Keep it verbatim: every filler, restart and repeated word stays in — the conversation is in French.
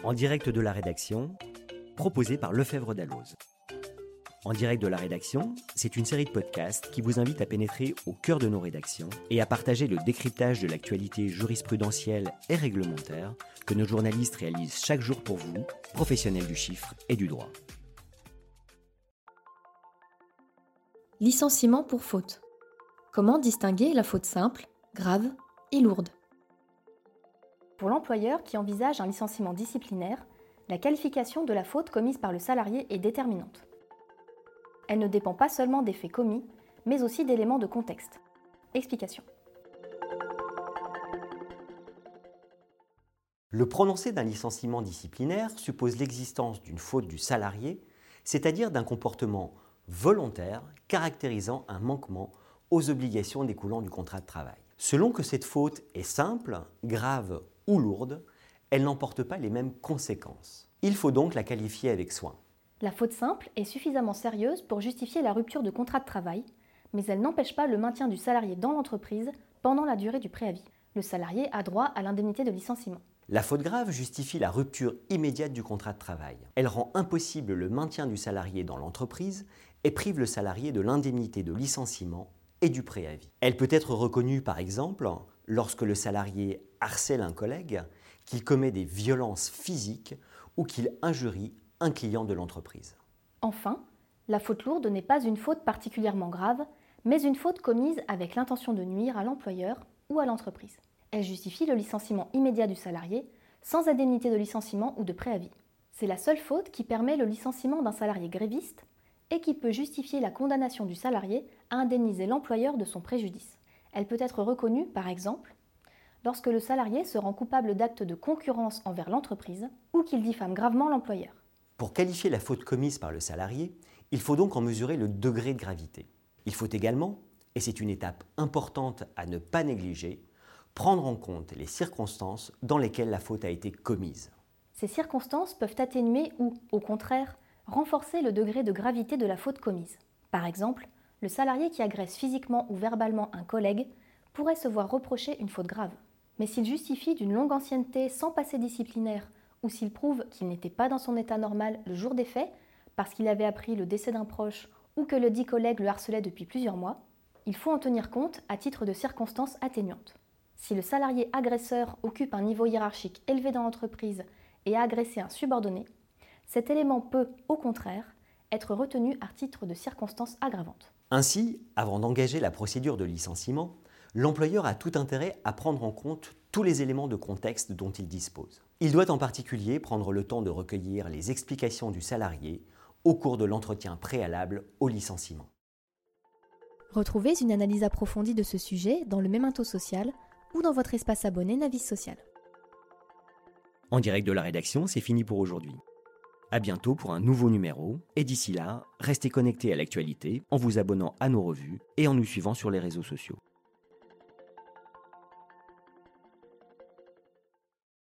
En direct de la rédaction, proposé par Lefebvre Dalloz. En direct de la rédaction, c'est une série de podcasts qui vous invite à pénétrer au cœur de nos rédactions et à partager le décryptage de l'actualité jurisprudentielle et réglementaire que nos journalistes réalisent chaque jour pour vous, professionnels du chiffre et du droit. Licenciement pour faute. Comment distinguer la faute simple, grave et lourde ? Pour l'employeur qui envisage un licenciement disciplinaire, la qualification de la faute commise par le salarié est déterminante. Elle ne dépend pas seulement des faits commis, mais aussi d'éléments de contexte. Explication. Le prononcé d'un licenciement disciplinaire suppose l'existence d'une faute du salarié, c'est-à-dire d'un comportement volontaire caractérisant un manquement aux obligations découlant du contrat de travail. Selon que cette faute est simple, grave ou lourde, elle n'emporte pas les mêmes conséquences. Il faut donc la qualifier avec soin. La faute simple est suffisamment sérieuse pour justifier la rupture de contrat de travail, mais elle n'empêche pas le maintien du salarié dans l'entreprise pendant la durée du préavis. Le salarié a droit à l'indemnité de licenciement. La faute grave justifie la rupture immédiate du contrat de travail. Elle rend impossible le maintien du salarié dans l'entreprise et prive le salarié de l'indemnité de licenciement et du préavis. Elle peut être reconnue par exemple lorsque le salarié harcèle un collègue, qu'il commet des violences physiques ou qu'il injurie un client de l'entreprise. Enfin, la faute lourde n'est pas une faute particulièrement grave, mais une faute commise avec l'intention de nuire à l'employeur ou à l'entreprise. Elle justifie le licenciement immédiat du salarié, sans indemnité de licenciement ou de préavis. C'est la seule faute qui permet le licenciement d'un salarié gréviste et qui peut justifier la condamnation du salarié à indemniser l'employeur de son préjudice. Elle peut être reconnue, par exemple, lorsque le salarié se rend coupable d'actes de concurrence envers l'entreprise ou qu'il diffame gravement l'employeur. Pour qualifier la faute commise par le salarié, il faut donc en mesurer le degré de gravité. Il faut également, et c'est une étape importante à ne pas négliger, prendre en compte les circonstances dans lesquelles la faute a été commise. Ces circonstances peuvent atténuer ou, au contraire, renforcer le degré de gravité de la faute commise. Par exemple, le salarié qui agresse physiquement ou verbalement un collègue pourrait se voir reprocher une faute grave. Mais s'il justifie d'une longue ancienneté sans passé disciplinaire ou s'il prouve qu'il n'était pas dans son état normal le jour des faits, parce qu'il avait appris le décès d'un proche ou que le dit collègue le harcelait depuis plusieurs mois, il faut en tenir compte à titre de circonstances atténuantes. Si le salarié agresseur occupe un niveau hiérarchique élevé dans l'entreprise et a agressé un subordonné, cet élément peut, au contraire, être retenu à titre de circonstances aggravantes. Ainsi, avant d'engager la procédure de licenciement, l'employeur a tout intérêt à prendre en compte tous les éléments de contexte dont il dispose. Il doit en particulier prendre le temps de recueillir les explications du salarié au cours de l'entretien préalable au licenciement. Retrouvez une analyse approfondie de ce sujet dans le Memento Social ou dans votre espace abonné Navis Social. En direct de la rédaction, c'est fini pour aujourd'hui. À bientôt pour un nouveau numéro, et d'ici là, restez connectés à l'actualité en vous abonnant à nos revues et en nous suivant sur les réseaux sociaux.